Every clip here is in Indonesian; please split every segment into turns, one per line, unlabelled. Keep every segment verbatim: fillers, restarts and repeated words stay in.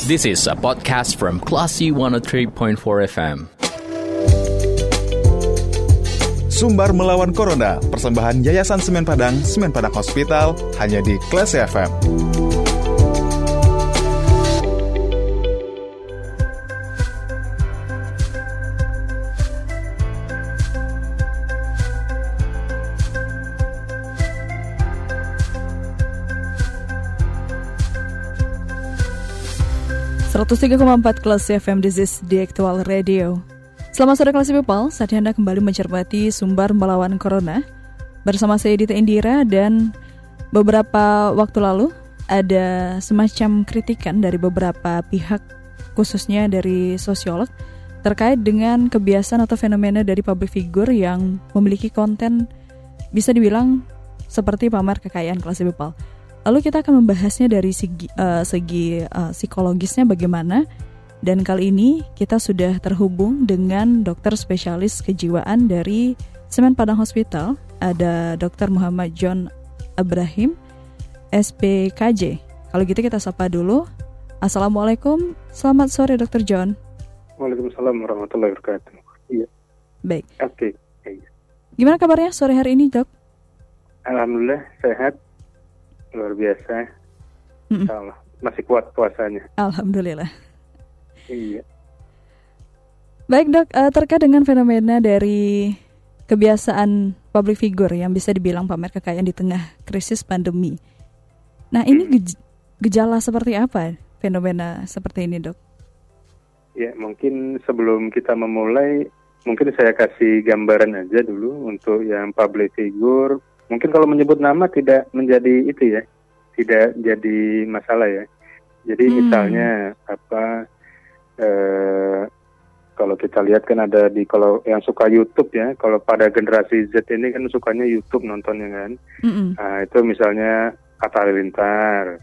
This is a podcast from Classy one oh three point four F M.
Sumbar melawan Corona, persembahan Yayasan Semen Padang, Semen Padang Hospital, hanya di Classy F M.
seratus tiga koma empat Classy F M, this is the actual radio. Selamat sore Classy People, saatnya Anda kembali mencermati Sumbar melawan Corona bersama saya Dita Indira. Dan beberapa waktu lalu ada semacam kritikan dari beberapa pihak, khususnya dari sosiolog, terkait dengan kebiasaan atau fenomena dari public figure yang memiliki konten bisa dibilang seperti pamer kekayaan Classy People. Lalu kita akan membahasnya dari segi, uh, segi uh, psikologisnya bagaimana. Dan kali ini kita sudah terhubung dengan dokter spesialis kejiwaan dari Semen Padang Hospital. Ada dokter Muhammad John Ibrahim, S P K J. Kalau gitu kita sapa dulu. Assalamualaikum, selamat sore dokter John.
Waalaikumsalam warahmatullahi wabarakatuh. Iya.
Baik.
Oke. Okay.
Gimana kabarnya sore hari ini dok?
Alhamdulillah sehat. Luar biasa. Insyaallah masih kuat puasanya.
Alhamdulillah.
Iya.
Baik dok, uh, terkait dengan fenomena dari kebiasaan public figure yang bisa dibilang pamer kekayaan di tengah krisis pandemi. Nah ini gej- gejala seperti apa fenomena seperti ini dok?
Ya mungkin sebelum kita memulai, mungkin saya kasih gambaran aja dulu untuk yang public figure. Mungkin kalau menyebut nama tidak menjadi itu ya, tidak jadi masalah ya. Jadi hmm. misalnya apa, eh, kalau kita lihat kan ada di, kalau yang suka YouTube ya, kalau pada generasi Z ini kan sukanya YouTube nontonnya kan. Hmm. Nah itu misalnya Atta Halilintar,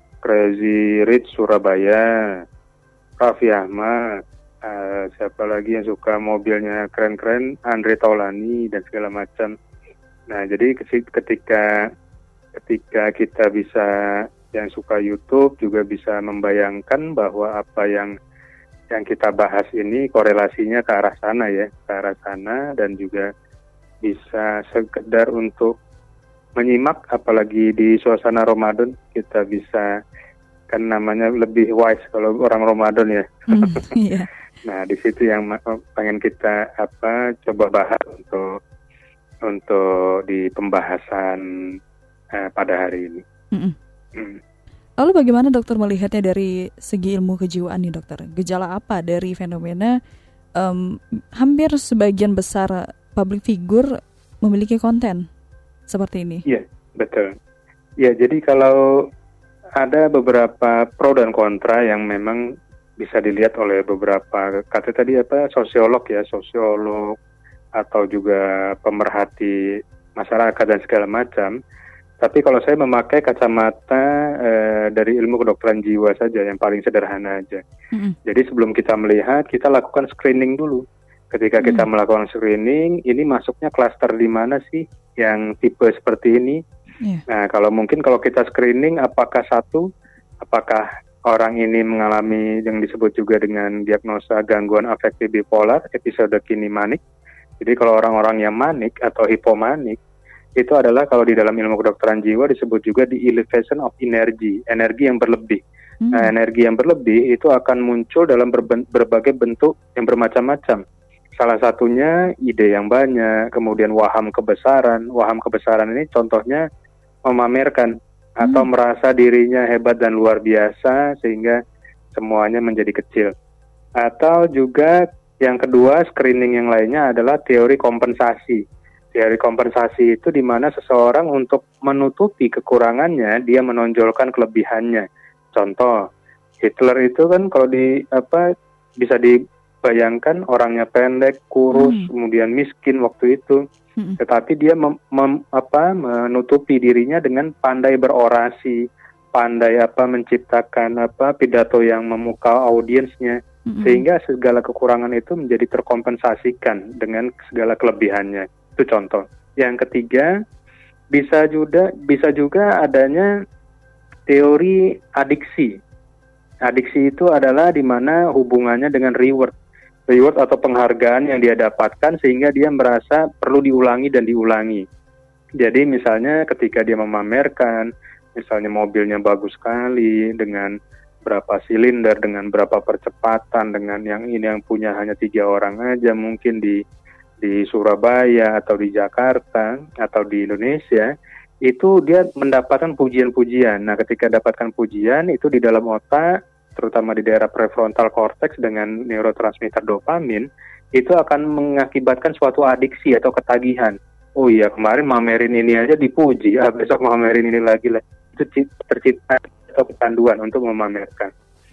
Crazy Rich Surabaya, Raffi Ahmad, eh, siapa lagi yang suka mobilnya keren-keren, Andre Taulani dan segala macam. Nah, jadi ketika ketika kita bisa, yang suka YouTube juga bisa membayangkan bahwa apa yang yang kita bahas ini korelasinya ke arah sana ya, ke arah sana, dan juga bisa sekedar untuk menyimak, apalagi di suasana Ramadan kita bisa, kan namanya lebih wise kalau orang Ramadan ya. Mm, yeah. Nah, di situ yang pengen kita apa coba bahas untuk untuk di pembahasan eh, pada hari ini. Mm.
Lalu bagaimana dokter melihatnya dari segi ilmu kejiwaan nih dokter? Gejala apa dari fenomena um, hampir sebagian besar public figure memiliki konten seperti ini?
Iya, betul. Ya, jadi kalau ada beberapa pro dan kontra yang memang bisa dilihat oleh beberapa, kata tadi apa, sosiolog ya, sosiolog atau juga pemerhati masyarakat dan segala macam. Tapi kalau saya memakai kacamata eh, dari ilmu kedokteran jiwa saja, yang paling sederhana aja. Mm-hmm. Jadi sebelum kita melihat, kita lakukan screening dulu. Ketika mm-hmm. kita melakukan screening, ini masuknya klaster di mana sih yang tipe seperti ini? Yeah. Nah, kalau mungkin kalau kita screening, apakah satu, apakah orang ini mengalami yang disebut juga dengan diagnosa gangguan afektif bipolar, episode kini manik. Jadi kalau orang-orang yang manik atau hipomanik, itu adalah kalau di dalam ilmu kedokteran jiwa disebut juga di elevation of energy, energi yang berlebih. Hmm. Nah, energi yang berlebih itu akan muncul dalam berben- berbagai bentuk yang bermacam-macam. Salah satunya ide yang banyak, kemudian waham kebesaran. Waham kebesaran ini contohnya memamerkan atau hmm. merasa dirinya hebat dan luar biasa sehingga semuanya menjadi kecil. Atau juga yang kedua, screening yang lainnya adalah teori kompensasi. Teori kompensasi itu di mana seseorang untuk menutupi kekurangannya, dia menonjolkan kelebihannya. Contoh, Hitler itu kan kalau di apa bisa dibayangkan orangnya pendek, kurus, hmm. kemudian miskin waktu itu. Hmm. Tetapi dia mem, mem, apa, menutupi dirinya dengan pandai berorasi, pandai apa menciptakan apa pidato yang memukau audiensnya. Sehingga segala kekurangan itu menjadi terkompensasikan dengan segala kelebihannya. Itu contoh. Yang ketiga, bisa juga bisa juga adanya teori adiksi. Adiksi itu adalah di mana hubungannya dengan reward. Reward atau penghargaan yang dia dapatkan sehingga dia merasa perlu diulangi dan diulangi. Jadi misalnya ketika dia memamerkan, misalnya mobilnya bagus sekali dengan berapa silinder, dengan berapa percepatan, dengan yang ini yang punya hanya tiga orang aja mungkin di di Surabaya atau di Jakarta atau di Indonesia, itu dia mendapatkan pujian-pujian. Nah, ketika dapatkan pujian itu di dalam otak, terutama di daerah prefrontal cortex dengan neurotransmitter dopamin, itu akan mengakibatkan suatu adiksi atau ketagihan. Oh iya, kemarin mamerin ini aja dipuji, ah, besok mamerin ini lagi lah. Itu tercipta atau kecanduan untuk memamerkan.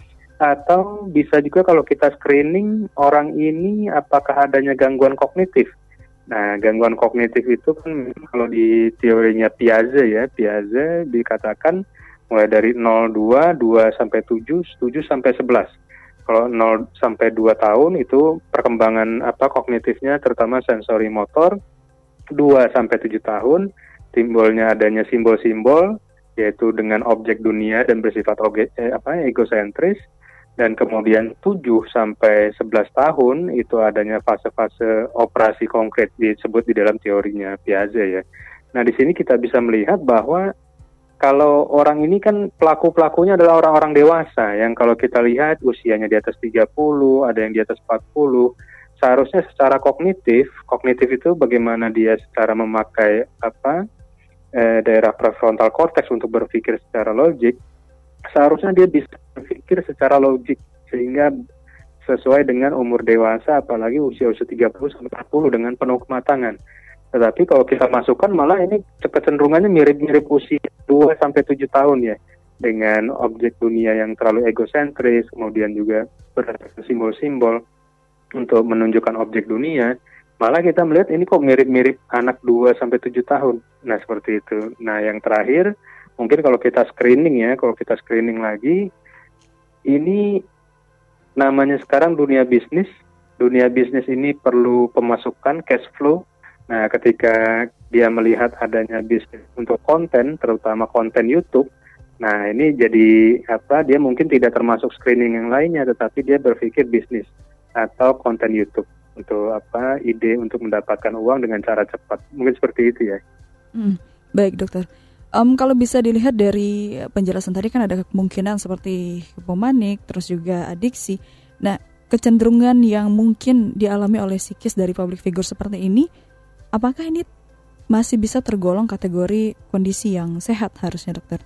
Atau bisa juga kalau kita screening orang ini apakah adanya gangguan kognitif. Nah, gangguan kognitif itu kan kalau di teorinya Piaget ya, Piaget dikatakan mulai dari nol dua, dua sampai tujuh, tujuh sampai sebelas. Kalau nol sampai dua tahun itu perkembangan apa kognitifnya terutama sensori motor. dua sampai tujuh tahun timbulnya adanya simbol-simbol yaitu dengan objek dunia dan bersifat objek, eh, apa egosentris. Dan kemudian tujuh sampai sebelas tahun itu adanya fase-fase operasi konkret disebut di dalam teorinya Piaget ya. Nah, di sini kita bisa melihat bahwa kalau orang ini kan pelaku-pelakunya adalah orang-orang dewasa yang kalau kita lihat usianya di atas tiga puluh, ada yang di atas empat puluh. Seharusnya secara kognitif, kognitif itu bagaimana dia secara memakai apa eh, daerah prefrontal cortex untuk berpikir secara logik. Seharusnya dia bisa berpikir secara logik sehingga sesuai dengan umur dewasa apalagi usia-usia tiga puluh sampai empat puluh dengan penuh kematangan. Tetapi kalau kita masukkan malah ini kecenderungannya mirip-mirip usia dua sampai tujuh tahun ya dengan objek dunia yang terlalu egosentris, kemudian juga berdasarkan simbol-simbol untuk menunjukkan objek dunia. Malah kita melihat ini kok mirip-mirip anak dua sampai tujuh tahun. Nah, seperti itu. Nah, yang terakhir mungkin kalau kita screening ya, kalau kita screening lagi, ini namanya sekarang dunia bisnis. Dunia bisnis ini perlu pemasukan, cash flow. Nah, ketika dia melihat adanya bisnis untuk konten, terutama konten YouTube, nah ini jadi apa? Dia mungkin tidak termasuk screening yang lainnya, tetapi dia berpikir bisnis atau konten YouTube untuk apa? Ide untuk mendapatkan uang dengan cara cepat. Mungkin seperti itu ya.
Hmm, baik dokter. Um, kalau bisa dilihat dari penjelasan tadi kan ada kemungkinan seperti hipomanik, terus juga adiksi. Nah, kecenderungan yang mungkin dialami oleh psikis dari public figure seperti ini, apakah ini masih bisa tergolong kategori kondisi yang sehat harusnya dokter?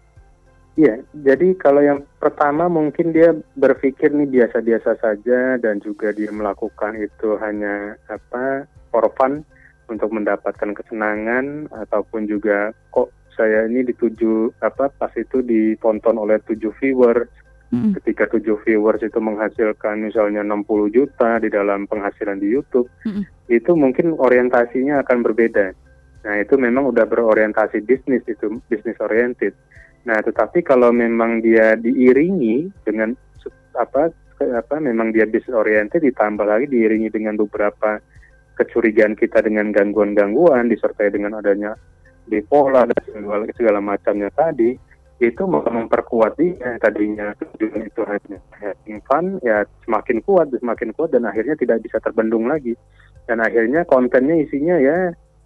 Iya, jadi kalau yang pertama mungkin dia berpikir nih biasa-biasa saja dan juga dia melakukan itu hanya apa for fun untuk mendapatkan kesenangan ataupun juga kok saya ini dituju apa pas itu ditonton oleh tujuh viewers. Mm-hmm. Ketika tujuh viewers itu menghasilkan misalnya enam puluh juta di dalam penghasilan di YouTube, mm-hmm. itu mungkin orientasinya akan berbeda. Nah, itu memang udah berorientasi bisnis, itu bisnis oriented. Nah, tetapi kalau memang dia diiringi dengan apa apa memang dia bisnis oriented ditambah lagi diiringi dengan beberapa kecurigaan kita dengan gangguan-gangguan disertai dengan adanya bipolar dan segala, segala macamnya tadi, itu memperkuat dia tadinya tujuan itu hanya having fun, ya semakin kuat, semakin kuat dan akhirnya tidak bisa terbendung lagi. Dan akhirnya kontennya isinya ya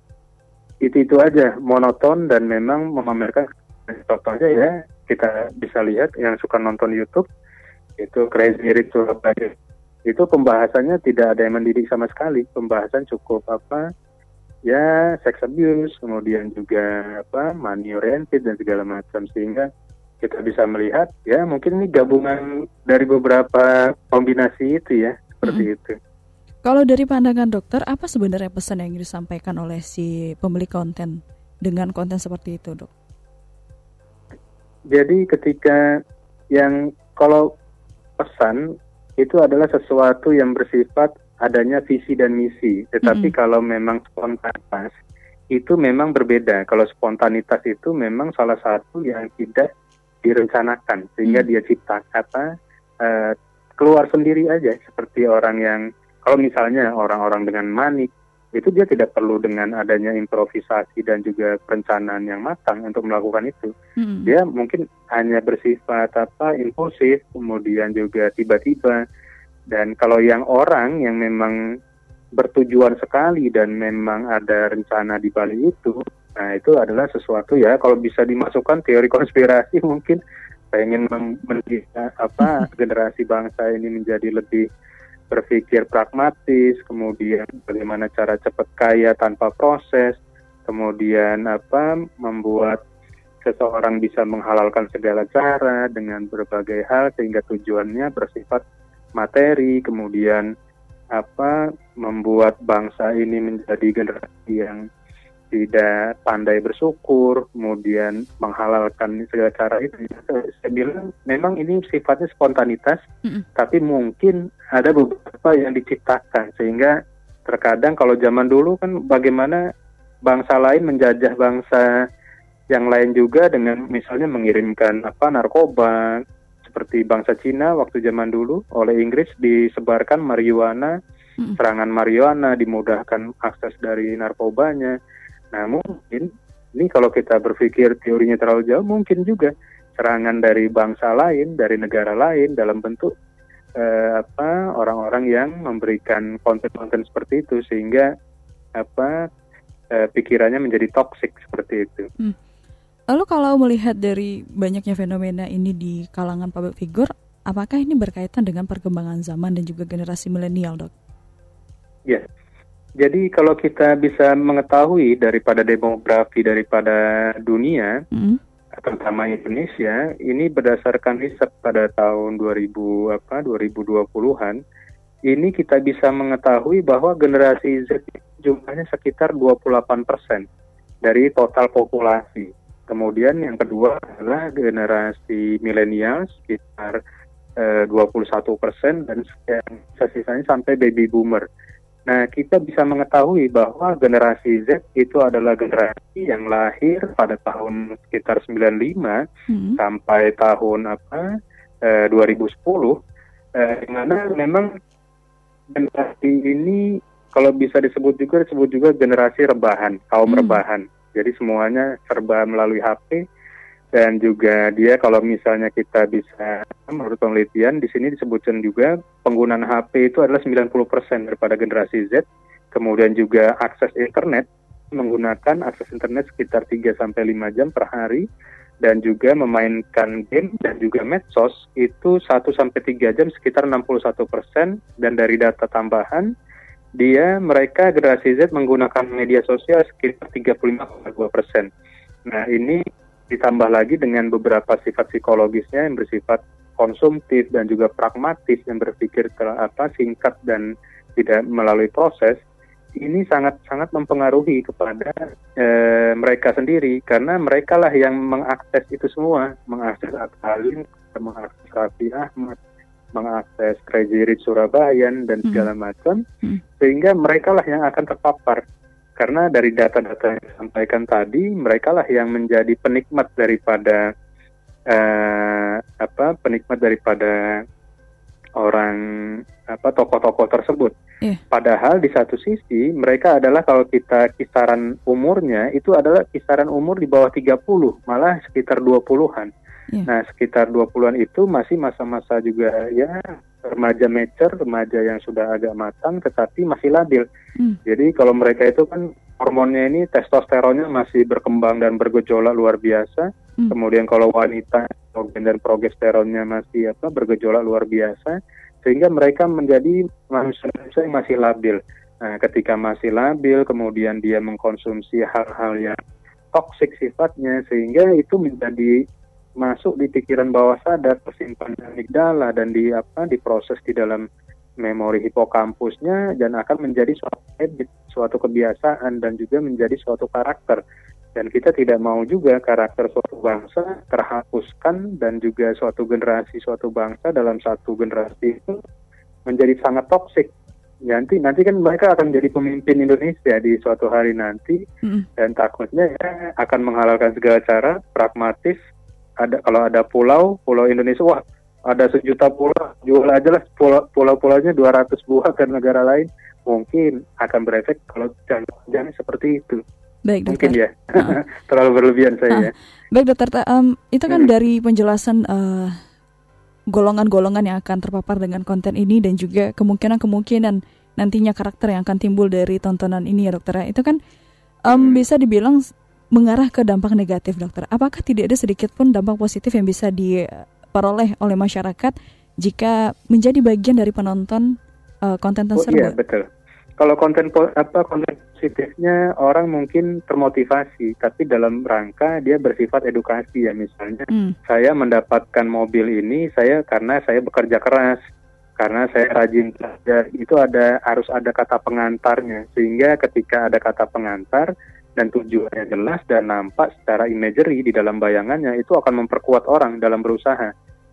itu-itu aja, monoton dan memang memamerkan. Contohnya ya kita bisa lihat yang suka nonton YouTube itu Crazy Rich Surabaya. Itu pembahasannya tidak ada yang mendidik sama sekali, pembahasan cukup apa ya sex abuse, kemudian juga apa money oriented dan segala macam, sehingga kita bisa melihat ya mungkin ini gabungan dari beberapa kombinasi itu ya seperti mm-hmm. itu.
Kalau dari pandangan dokter, apa sebenarnya pesan yang disampaikan oleh si pemilik konten dengan konten seperti itu, dok?
Jadi ketika yang kalau pesan itu adalah sesuatu yang bersifat adanya visi dan misi, tetapi mm-hmm. kalau memang spontanitas itu memang berbeda. Kalau spontanitas itu memang salah satu yang tidak direncanakan sehingga mm-hmm. dia cipta apa uh, keluar sendiri aja seperti orang yang kalau misalnya orang-orang dengan manik itu dia tidak perlu dengan adanya improvisasi dan juga perencanaan yang matang untuk melakukan itu. Hmm. Dia mungkin hanya bersifat apa impulsif, kemudian juga tiba-tiba. Dan kalau yang orang yang memang bertujuan sekali dan memang ada rencana di balik itu, nah itu adalah sesuatu ya kalau bisa dimasukkan teori konspirasi mungkin pengen mendidik apa generasi bangsa ini menjadi lebih berpikir pragmatis, kemudian bagaimana cara cepat kaya tanpa proses, kemudian apa membuat seseorang bisa menghalalkan segala cara dengan berbagai hal sehingga tujuannya bersifat materi, kemudian apa membuat bangsa ini menjadi generasi yang tidak pandai bersyukur, kemudian menghalalkan segala cara itu. Saya bilang memang ini sifatnya spontanitas, mm-hmm. tapi mungkin ada beberapa yang diciptakan sehingga terkadang kalau zaman dulu kan bagaimana bangsa lain menjajah bangsa yang lain juga dengan misalnya mengirimkan apa narkoba seperti bangsa Cina waktu zaman dulu oleh Inggris disebarkan marijuana, mm-hmm. serangan marijuana dimudahkan akses dari narkobanya. Nah mungkin ini kalau kita berpikir teorinya terlalu jauh mungkin juga serangan dari bangsa lain, dari negara lain dalam bentuk eh, apa orang-orang yang memberikan konten-konten seperti itu sehingga apa eh, pikirannya menjadi toksik seperti itu.
Hmm. Lalu kalau melihat dari banyaknya fenomena ini di kalangan public figure, apakah ini berkaitan dengan perkembangan zaman dan juga generasi milenial, Dok?
Ya. Yeah. Jadi kalau kita bisa mengetahui daripada demografi daripada dunia, mm. terutama Indonesia, ini berdasarkan riset pada tahun dua ribu apa dua ribu dua puluhan, ini kita bisa mengetahui bahwa generasi Z jumlahnya sekitar dua puluh delapan persen dari total populasi. Kemudian yang kedua adalah generasi milenial sekitar eh, dua puluh satu persen dan sisanya sampai baby boomer. Nah, kita bisa mengetahui bahwa generasi Z itu adalah generasi yang lahir pada tahun sekitar sembilan puluh lima hmm. sampai tahun apa eh, dua ribu sepuluh, eh, di mana memang generasi ini kalau bisa disebut juga disebut juga generasi rebahan, kaum hmm. rebahan. Jadi semuanya serba melalui H P. Dan juga dia kalau misalnya kita bisa menurut penelitian di sini disebutkan juga penggunaan H P itu adalah sembilan puluh persen daripada generasi Z. Kemudian juga akses internet menggunakan akses internet sekitar tiga sampai lima jam per hari dan juga memainkan game dan juga medsos itu satu sampai tiga jam sekitar enam puluh satu persen dan dari data tambahan dia mereka generasi Z menggunakan media sosial sekitar tiga puluh lima koma dua persen. Nah, ini ditambah lagi dengan beberapa sifat psikologisnya yang bersifat konsumtif dan juga pragmatis yang berpikir ter, apa singkat dan tidak melalui proses, ini sangat-sangat mempengaruhi kepada e, mereka sendiri karena mereka lah yang mengakses itu semua, mengakses Atalin, mengakses Raffi Ahmad, mengakses Crazy Rich Surabaya dan segala hmm. macam, hmm. sehingga mereka lah yang akan terpapar. Karena dari data-data yang disampaikan tadi, mereka lah yang menjadi penikmat daripada uh, apa penikmat daripada orang apa tokoh-tokoh tersebut. Yeah. Padahal di satu sisi mereka adalah kalau kita kisaran umurnya itu adalah kisaran umur di bawah tiga puluh, malah sekitar dua puluhan. Yeah. Nah, sekitar dua puluhan itu masih masa-masa juga ya remaja mature, remaja yang sudah agak matang tetapi masih labil. Hmm. Jadi kalau mereka itu kan hormonnya ini testosteronnya masih berkembang dan bergejolak luar biasa. Hmm. Kemudian kalau wanita estrogen dan progesteronnya masih apa bergejolak luar biasa sehingga mereka menjadi manusia-manusia yang masih labil. Nah, ketika masih labil kemudian dia mengkonsumsi hal-hal yang toksik sifatnya sehingga itu menjadi masuk di pikiran bawah sadar, tersimpan di amigdala dan di apa diproses di dalam memori hipokampusnya dan akan menjadi suatu habit, suatu kebiasaan dan juga menjadi suatu karakter. Dan kita tidak mau juga karakter suatu bangsa terhapuskan dan juga suatu generasi, suatu bangsa dalam satu generasi itu menjadi sangat toksik. Nanti nanti kan mereka akan menjadi pemimpin Indonesia di suatu hari nanti mm. dan takutnya ya, akan menghalalkan segala cara, pragmatis. Ada kalau ada pulau, pulau Indonesia, wah ada sejuta pulau, jual aja lah pulau- pulau-pulaunya dua ratus buah ke negara lain, mungkin akan berefek kalau jangan seperti itu.
Baik, dokter.
Mungkin ya,
uh.
terlalu berlebihan saya.
Uh.
Ya.
Baik, dokter. Um, itu kan
hmm.
dari penjelasan uh, golongan-golongan yang akan terpapar dengan konten ini dan juga kemungkinan-kemungkinan nantinya karakter yang akan timbul dari tontonan ini ya, dokter. Itu kan um, hmm. bisa dibilang mengarah ke dampak negatif, dokter. Apakah tidak ada sedikit pun dampak positif yang bisa diperoleh oleh masyarakat jika menjadi bagian dari penonton uh, konten tersebut?
Oh, iya, betul. Kalau konten apa konten positifnya orang mungkin termotivasi, tapi dalam rangka dia bersifat edukasi ya, misalnya hmm. saya mendapatkan mobil ini saya karena saya bekerja keras, karena saya rajin belajar. Itu ada harus ada kata pengantarnya, sehingga ketika ada kata pengantar dan tujuannya jelas dan nampak secara imagery di dalam bayangannya, itu akan memperkuat orang dalam berusaha.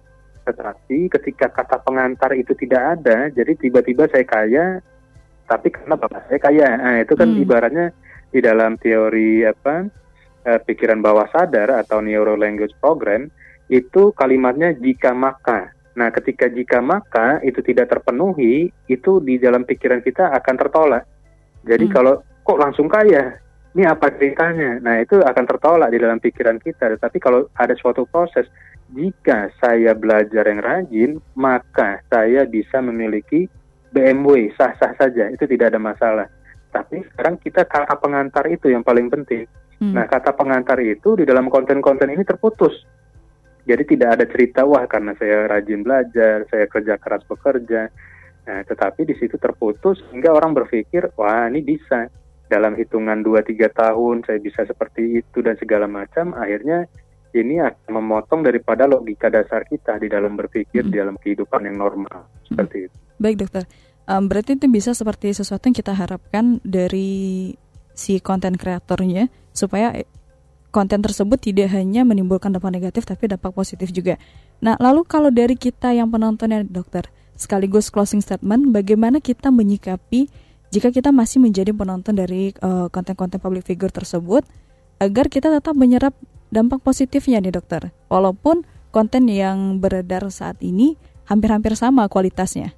Tetapi ketika kata pengantar itu tidak ada, jadi tiba-tiba saya kaya, tapi karena bapak saya kaya, nah, itu kan hmm. ibaratnya di dalam teori apa eh, pikiran bawah sadar atau neuro language program itu kalimatnya jika maka. Nah, ketika jika maka itu tidak terpenuhi, itu di dalam pikiran kita akan tertolak. Jadi hmm. kalau kok langsung kaya, ini apa ceritanya? Nah, itu akan tertolak di dalam pikiran kita. Tapi kalau ada suatu proses, jika saya belajar yang rajin, maka saya bisa memiliki B M W, sah-sah saja, itu tidak ada masalah. Tapi sekarang kita kata pengantar itu yang paling penting. Hmm. Nah, kata pengantar itu di dalam konten-konten ini terputus. Jadi tidak ada cerita, wah karena saya rajin belajar, saya kerja keras bekerja. Nah, tetapi di situ terputus sehingga orang berpikir, wah ini bisa. Dalam hitungan dua tiga tahun saya bisa seperti itu dan segala macam. Akhirnya ini akan memotong daripada logika dasar kita di dalam berpikir, hmm. di dalam kehidupan yang normal. Seperti itu.
Baik, dokter. Um, berarti itu bisa seperti sesuatu yang kita harapkan dari si konten kreatornya, supaya konten tersebut tidak hanya menimbulkan dampak negatif, tapi dampak positif juga. Nah, lalu kalau dari kita yang penontonnya, dokter, sekaligus closing statement, bagaimana kita menyikapi jika kita masih menjadi penonton dari uh, konten-konten public figure tersebut, agar kita tetap menyerap dampak positifnya nih, dokter, walaupun konten yang beredar saat ini hampir-hampir sama kualitasnya.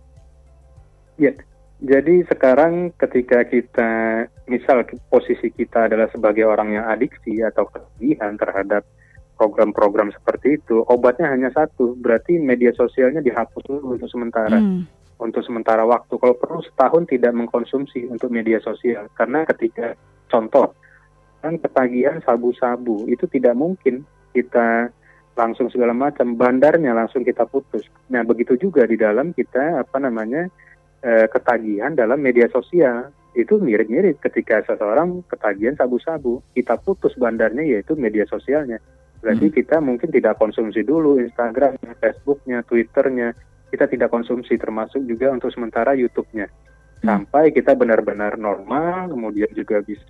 Ya, jadi sekarang ketika kita, misal posisi kita adalah sebagai orang yang adiksi atau ketagihan terhadap program-program seperti itu, obatnya hanya satu, berarti media sosialnya dihapus dulu untuk sementara, hmm. untuk sementara waktu. Kalau perlu setahun tidak mengkonsumsi untuk media sosial, karena ketika contoh kan ketagihan sabu-sabu itu tidak mungkin kita langsung segala macam, bandarnya langsung kita putus. Nah, begitu juga di dalam kita apa namanya eh, ketagihan dalam media sosial. Itu mirip-mirip ketika seseorang ketagihan sabu-sabu, kita putus bandarnya yaitu media sosialnya. Berarti hmm. kita mungkin tidak konsumsi dulu Instagramnya, Facebooknya, Twitternya, kita tidak konsumsi, termasuk juga untuk sementara YouTube-nya. Hmm. Sampai kita benar-benar normal, kemudian juga bisa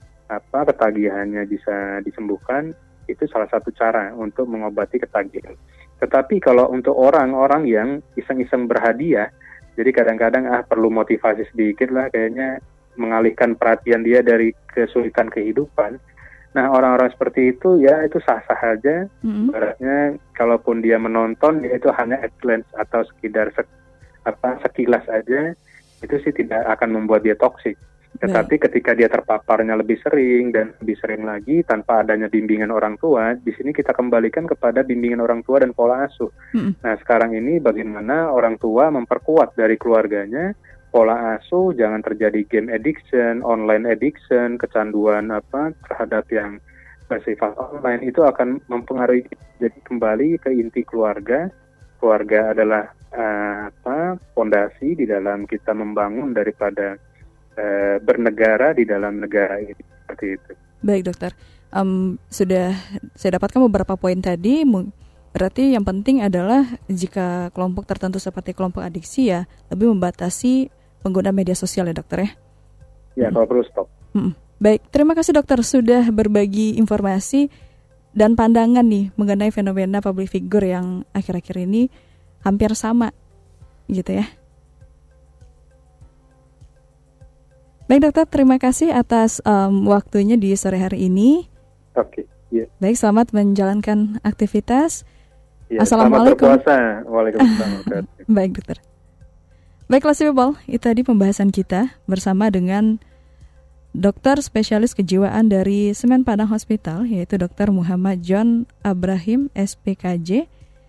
apa ketagihannya bisa disembuhkan. Itu salah satu cara untuk mengobati ketagihan. Tetapi kalau untuk orang-orang yang iseng-iseng berhadiah, jadi kadang-kadang ah perlu motivasi sedikit lah, kayaknya mengalihkan perhatian dia dari kesulitan kehidupan. Nah, orang-orang seperti itu ya itu sah-sah aja. Mm-hmm. Ibaratnya kalaupun dia menonton, dia itu hanya at glance atau sekedar sek, apa sekilas aja, itu sih tidak akan membuat dia toksik. Tetapi Baik. ketika dia terpaparnya lebih sering dan lebih sering lagi tanpa adanya bimbingan orang tua, di sini kita kembalikan kepada bimbingan orang tua dan pola asuh. Mm-hmm. Nah, sekarang ini bagaimana orang tua memperkuat dari keluarganya pola asuh, jangan terjadi game addiction, online addiction, kecanduan apa terhadap yang bersifat online, itu akan mempengaruhi. Jadi kembali ke inti keluarga. Keluarga adalah uh, apa fondasi di dalam kita membangun daripada uh, bernegara di dalam negara ini, seperti itu.
Baik, dokter. Um, sudah saya dapatkan beberapa poin tadi. Berarti yang penting adalah jika kelompok tertentu seperti kelompok adiksi ya lebih membatasi pengguna media sosial ya, dokter ya.
Ya, hmm. kalau perlu stop.
Hmm. Baik, terima kasih dokter sudah berbagi informasi dan pandangan nih mengenai fenomena public figure yang akhir-akhir ini hampir sama gitu ya. Baik dokter, terima kasih atas um, waktunya di sore hari ini.
Oke, iya.
Baik, selamat menjalankan aktivitas.
Ya,
Assalamualaikum.
Selamat berpuasa. Waalaikumsalam.
Baik dokter. Baik Classy People, itu tadi pembahasan kita bersama dengan dokter spesialis kejiwaan dari Semen Padang Hospital, yaitu dokter Muhammad John Abrahim S P K J.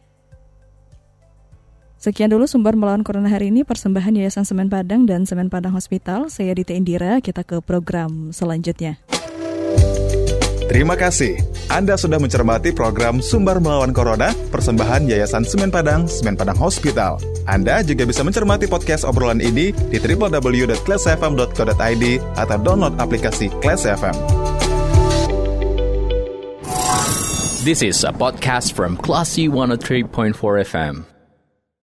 Sekian dulu Sumber Melawan Corona hari ini, persembahan Yayasan Semen Padang dan Semen Padang Hospital. Saya Dita Indira, kita ke program selanjutnya.
Terima kasih. Anda sudah mencermati program Sumber Melawan Corona, persembahan Yayasan Semen Padang, Semen Padang Hospital. Anda juga bisa mencermati podcast obrolan ini di w w w dot classy f m dot co dot i d atau download aplikasi Classy F M.
This is a podcast from Classy one oh three point four F M.